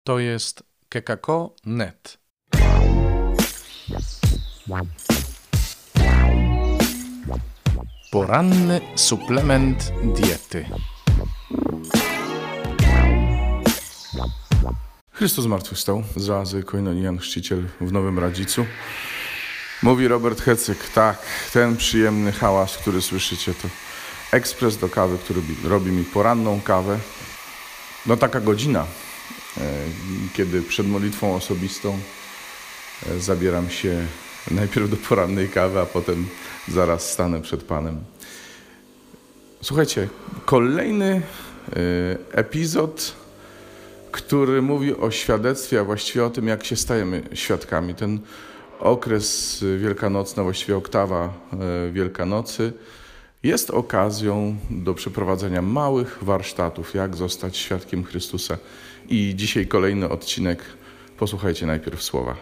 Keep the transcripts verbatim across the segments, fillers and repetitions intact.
To jest kekako kropka net. Poranny suplement diety. Chrystus zmartwychwstał, z oazy Koinonii Jan Chrzciciel w Nowym Radzicu. Mówi Robert Hecyk, tak, ten przyjemny hałas, który słyszycie, to ekspres do kawy, który robi mi poranną kawę. No taka godzina, kiedy przed modlitwą osobistą zabieram się najpierw do porannej kawy, a potem zaraz stanę przed Panem. Słuchajcie, kolejny epizod, który mówi o świadectwie, a właściwie o tym, jak się stajemy świadkami. Ten okres wielkanocny, właściwie oktawa Wielkanocy, jest okazją do przeprowadzenia małych warsztatów, jak zostać świadkiem Chrystusa. I dzisiaj kolejny odcinek. Posłuchajcie najpierw słowa.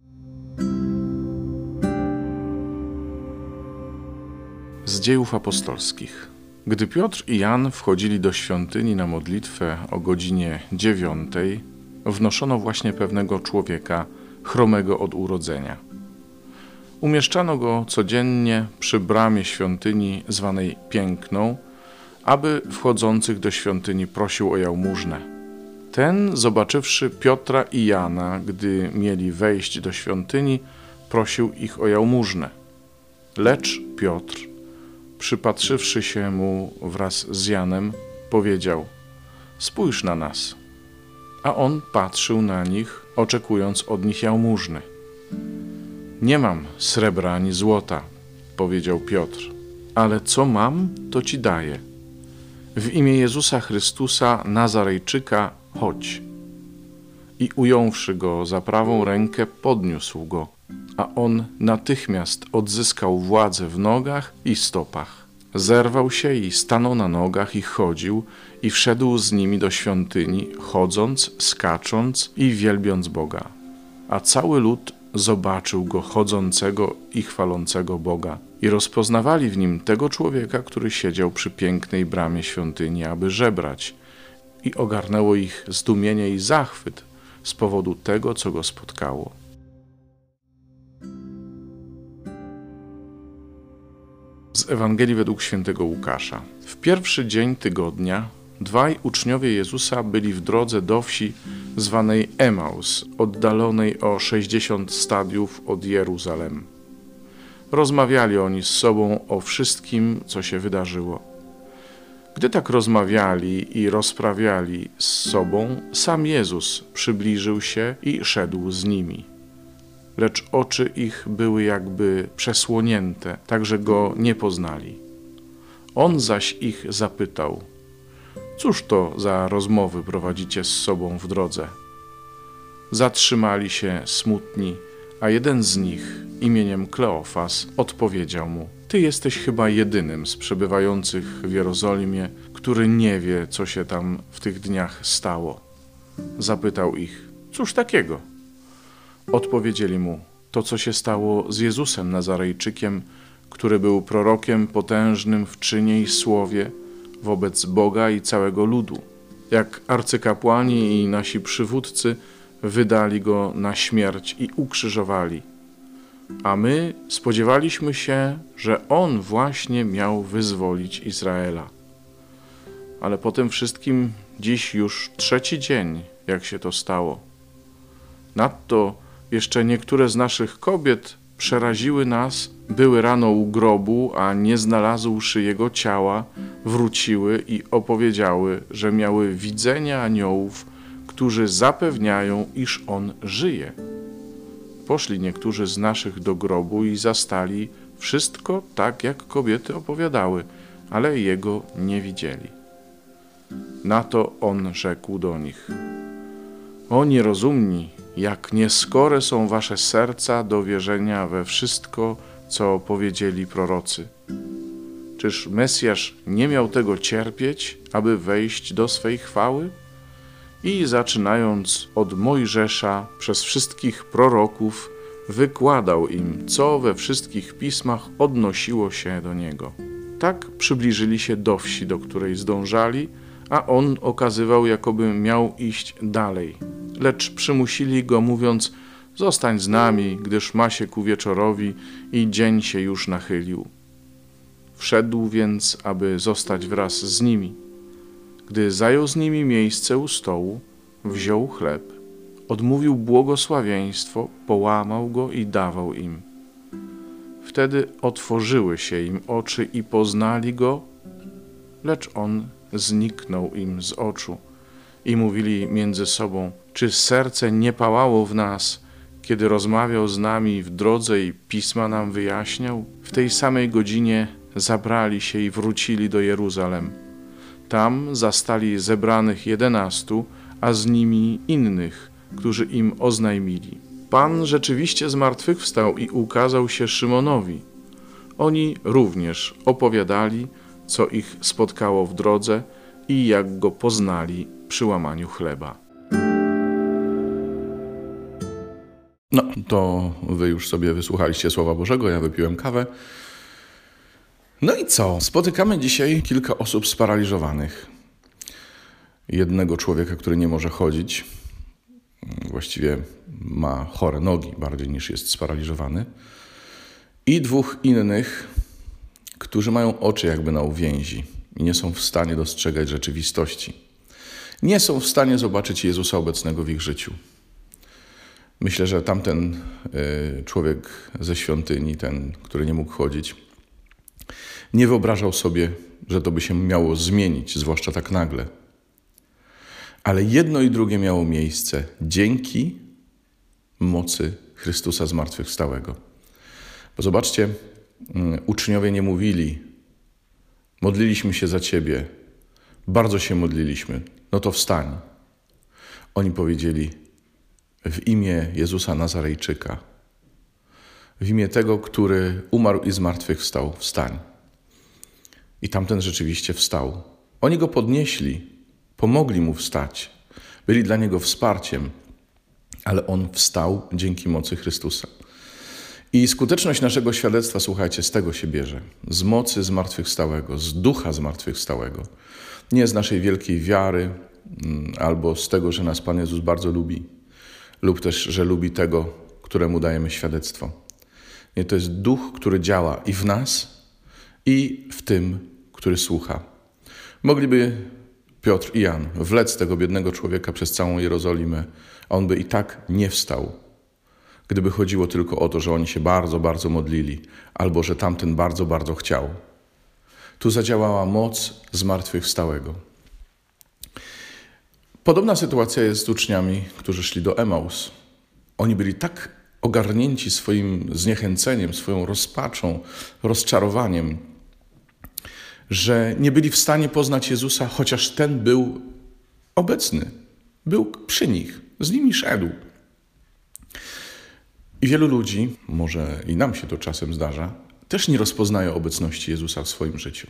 Z Dziejów Apostolskich. Gdy Piotr i Jan wchodzili do świątyni na modlitwę o godzinie dziewiątej, wnoszono właśnie pewnego człowieka, chromego od urodzenia. Umieszczano go codziennie przy bramie świątyni zwanej Piękną, aby wchodzących do świątyni prosił o jałmużnę. Ten, zobaczywszy Piotra i Jana, gdy mieli wejść do świątyni, prosił ich o jałmużnę. Lecz Piotr, przypatrzywszy się mu wraz z Janem, powiedział: spójrz na nas. A on patrzył na nich, oczekując od nich jałmużny. Nie mam srebra ani złota, powiedział Piotr, ale co mam, to ci daję. W imię Jezusa Chrystusa Nazarejczyka chodź. I ująwszy go za prawą rękę, podniósł go, a on natychmiast odzyskał władzę w nogach i stopach. Zerwał się i stanął na nogach i chodził, i wszedł z nimi do świątyni, chodząc, skacząc i wielbiąc Boga. A cały lud zobaczył go chodzącego i chwalącego Boga. I rozpoznawali w nim tego człowieka, który siedział przy pięknej bramie świątyni, aby żebrać. I ogarnęło ich zdumienie i zachwyt z powodu tego, co go spotkało. Z Ewangelii według świętego Łukasza. W pierwszy dzień tygodnia dwaj uczniowie Jezusa byli w drodze do wsi zwanej Emaus, oddalonej o sześćdziesiąt stadiów od Jeruzalem. Rozmawiali oni z sobą o wszystkim, co się wydarzyło. Gdy tak rozmawiali i rozprawiali z sobą, sam Jezus przybliżył się i szedł z nimi. Lecz oczy ich były jakby przesłonięte, tak że go nie poznali. On zaś ich zapytał: cóż to za rozmowy prowadzicie z sobą w drodze? Zatrzymali się smutni, a jeden z nich, imieniem Kleofas, odpowiedział mu: ty jesteś chyba jedynym z przebywających w Jerozolimie, który nie wie, co się tam w tych dniach stało. Zapytał ich: cóż takiego? Odpowiedzieli mu: to, co się stało z Jezusem Nazarejczykiem, który był prorokiem potężnym w czynie i słowie wobec Boga i całego ludu. Jak arcykapłani i nasi przywódcy wydali go na śmierć i ukrzyżowali. A my spodziewaliśmy się, że on właśnie miał wyzwolić Izraela. Ale po tym wszystkim dziś już trzeci dzień, jak się to stało. Nadto jeszcze niektóre z naszych kobiet przeraziły nas, były rano u grobu, a nie znalazłszy jego ciała, wróciły i opowiedziały, że miały widzenia aniołów, którzy zapewniają, iż on żyje. Poszli niektórzy z naszych do grobu i zastali wszystko tak, jak kobiety opowiadały, ale jego nie widzieli. Na to on rzekł do nich: o nierozumni, jak nieskore są wasze serca do wierzenia we wszystko, co powiedzieli prorocy. Czyż Mesjasz nie miał tego cierpieć, aby wejść do swej chwały? I zaczynając od Mojżesza przez wszystkich proroków, wykładał im, co we wszystkich pismach odnosiło się do niego. Tak przybliżyli się do wsi, do której zdążali, a on okazywał, jakoby miał iść dalej. lecz przymusili go, mówiąc: zostań z nami, gdyż ma się ku wieczorowi i dzień się już nachylił. Wszedł więc, aby zostać wraz z nimi. Gdy zajął z nimi miejsce u stołu, wziął chleb, odmówił błogosławieństwo, połamał go i dawał im. Wtedy otworzyły się im oczy i poznali go, lecz on zniknął im z oczu. I mówili między sobą: czy serce nie pałało w nas, kiedy rozmawiał z nami w drodze i pisma nam wyjaśniał? W tej samej godzinie zabrali się i wrócili do Jeruzalem. Tam zastali zebranych jedenastu, a z nimi innych, którzy im oznajmili: Pan rzeczywiście zmartwychwstał i ukazał się Szymonowi. Oni również opowiadali, co ich spotkało w drodze i jak go poznali przy łamaniu chleba. No, to wy już sobie wysłuchaliście Słowa Bożego, ja wypiłem kawę. No i co? Spotykamy dzisiaj kilka osób sparaliżowanych. Jednego człowieka, który nie może chodzić, właściwie ma chore nogi bardziej niż jest sparaliżowany. I dwóch innych, którzy mają oczy jakby na uwięzi i nie są w stanie dostrzegać rzeczywistości. Nie są w stanie zobaczyć Jezusa obecnego w ich życiu. Myślę, że tamten y, człowiek ze świątyni, ten, który nie mógł chodzić, nie wyobrażał sobie, że to by się miało zmienić, zwłaszcza tak nagle. Ale jedno i drugie miało miejsce dzięki mocy Chrystusa zmartwychwstałego. Bo zobaczcie, uczniowie nie mówili: modliliśmy się za Ciebie, bardzo się modliliśmy, no to wstań. Oni powiedzieli: w imię Jezusa Nazarejczyka, w imię tego, który umarł i zmartwychwstał, wstań. I tamten rzeczywiście wstał. Oni go podnieśli, pomogli mu wstać, byli dla niego wsparciem, ale on wstał dzięki mocy Chrystusa. I skuteczność naszego świadectwa, słuchajcie, z tego się bierze. Z mocy zmartwychwstałego, z ducha zmartwychwstałego. Nie z naszej wielkiej wiary, albo z tego, że nas Pan Jezus bardzo lubi, lub też, że lubi tego, któremu dajemy świadectwo. Nie, to jest duch, który działa i w nas, i w tym, który słucha. Mogliby Piotr i Jan wlec tego biednego człowieka przez całą Jerozolimę, a on by i tak nie wstał, gdyby chodziło tylko o to, że oni się bardzo, bardzo modlili, albo że tamten bardzo, bardzo chciał. Tu zadziałała moc zmartwychwstałego. Podobna sytuacja jest z uczniami, którzy szli do Emaus. Oni byli tak ogarnięci swoim zniechęceniem, swoją rozpaczą, rozczarowaniem, że nie byli w stanie poznać Jezusa, chociaż ten był obecny, był przy nich, z nimi szedł. I wielu ludzi, może i nam się to czasem zdarza, też nie rozpoznają obecności Jezusa w swoim życiu.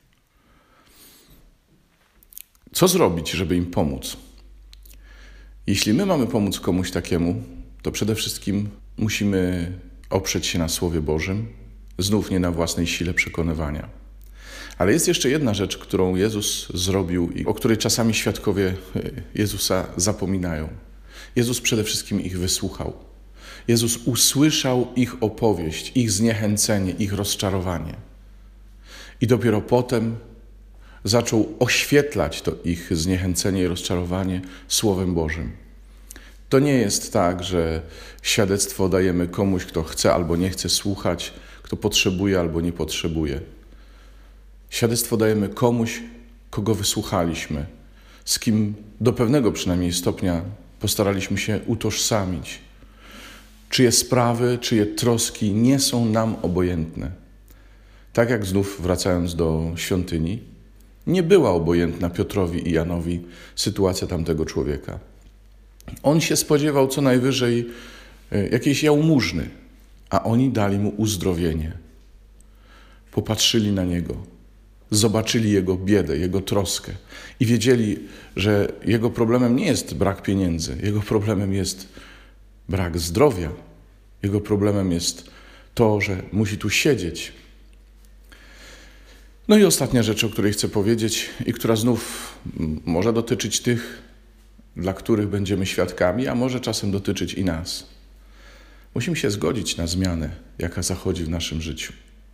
Co zrobić, żeby im pomóc? Jeśli my mamy pomóc komuś takiemu, to przede wszystkim musimy oprzeć się na Słowie Bożym, znów nie na własnej sile przekonywania. Ale jest jeszcze jedna rzecz, którą Jezus zrobił i o której czasami świadkowie Jezusa zapominają. Jezus przede wszystkim ich wysłuchał. Jezus usłyszał ich opowieść, ich zniechęcenie, ich rozczarowanie. I dopiero potem zaczął oświetlać to ich zniechęcenie i rozczarowanie Słowem Bożym. To nie jest tak, że świadectwo dajemy komuś, kto chce albo nie chce słuchać, kto potrzebuje albo nie potrzebuje. Świadectwo dajemy komuś, kogo wysłuchaliśmy, z kim do pewnego przynajmniej stopnia postaraliśmy się utożsamić. Czyje sprawy, czyje troski nie są nam obojętne. Tak jak znów wracając do świątyni, nie była obojętna Piotrowi i Janowi sytuacja tamtego człowieka. On się spodziewał co najwyżej jakiejś jałmużny, a oni dali mu uzdrowienie. Popatrzyli na niego, zobaczyli jego biedę, jego troskę i wiedzieli, że jego problemem nie jest brak pieniędzy, jego problemem jest brak zdrowia, jego problemem jest to, że musi tu siedzieć. No i ostatnia rzecz, o której chcę powiedzieć i która znów może dotyczyć tych, dla których będziemy świadkami, a może czasem dotyczyć i nas. Musimy się zgodzić na zmianę, jaka zachodzi w naszym życiu.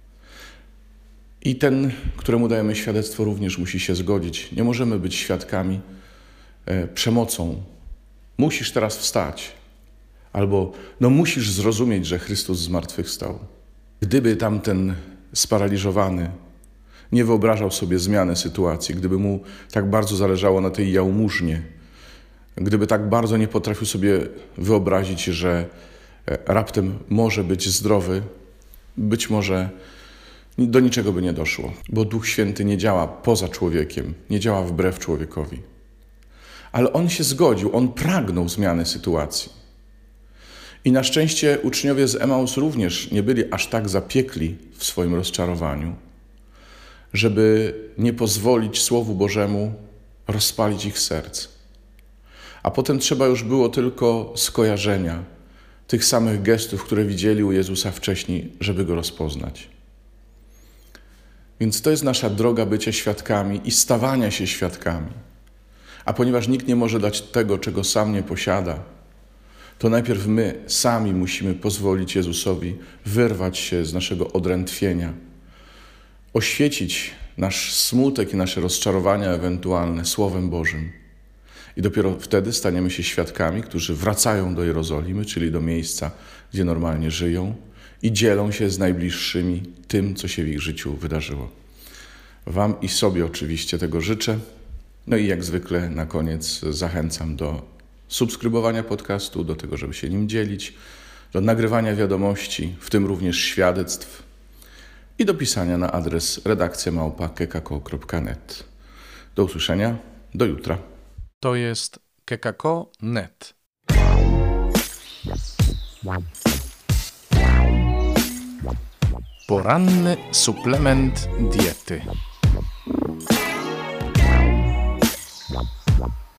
I ten, któremu dajemy świadectwo, również musi się zgodzić. Nie możemy być świadkami e, przemocą. Musisz teraz wstać. Albo no musisz zrozumieć, że Chrystus zmartwychwstał. Gdyby tamten sparaliżowany nie wyobrażał sobie zmiany sytuacji, gdyby mu tak bardzo zależało na tej jałmużnie, gdyby tak bardzo nie potrafił sobie wyobrazić, że raptem może być zdrowy, być może do niczego by nie doszło, bo Duch Święty nie działa poza człowiekiem, nie działa wbrew człowiekowi. Ale on się zgodził, on pragnął zmiany sytuacji. I na szczęście uczniowie z Emaus również nie byli aż tak zapiekli w swoim rozczarowaniu, żeby nie pozwolić Słowu Bożemu rozpalić ich serc. A potem trzeba już było tylko skojarzenia tych samych gestów, które widzieli u Jezusa wcześniej, żeby Go rozpoznać. Więc to jest nasza droga bycia świadkami i stawania się świadkami. A ponieważ nikt nie może dać tego, czego sam nie posiada, to najpierw my sami musimy pozwolić Jezusowi wyrwać się z naszego odrętwienia, oświecić nasz smutek i nasze rozczarowania ewentualne Słowem Bożym. I dopiero wtedy staniemy się świadkami, którzy wracają do Jerozolimy, czyli do miejsca, gdzie normalnie żyją i dzielą się z najbliższymi tym, co się w ich życiu wydarzyło. Wam i sobie oczywiście tego życzę. No i jak zwykle na koniec zachęcam do subskrybowania podcastu, do tego, żeby się nim dzielić, do nagrywania wiadomości, w tym również świadectw i do pisania na adres redakcja małpa kekako kropka net. Do usłyszenia, do jutra. To jest kekako kropka net. Poranny suplement diety.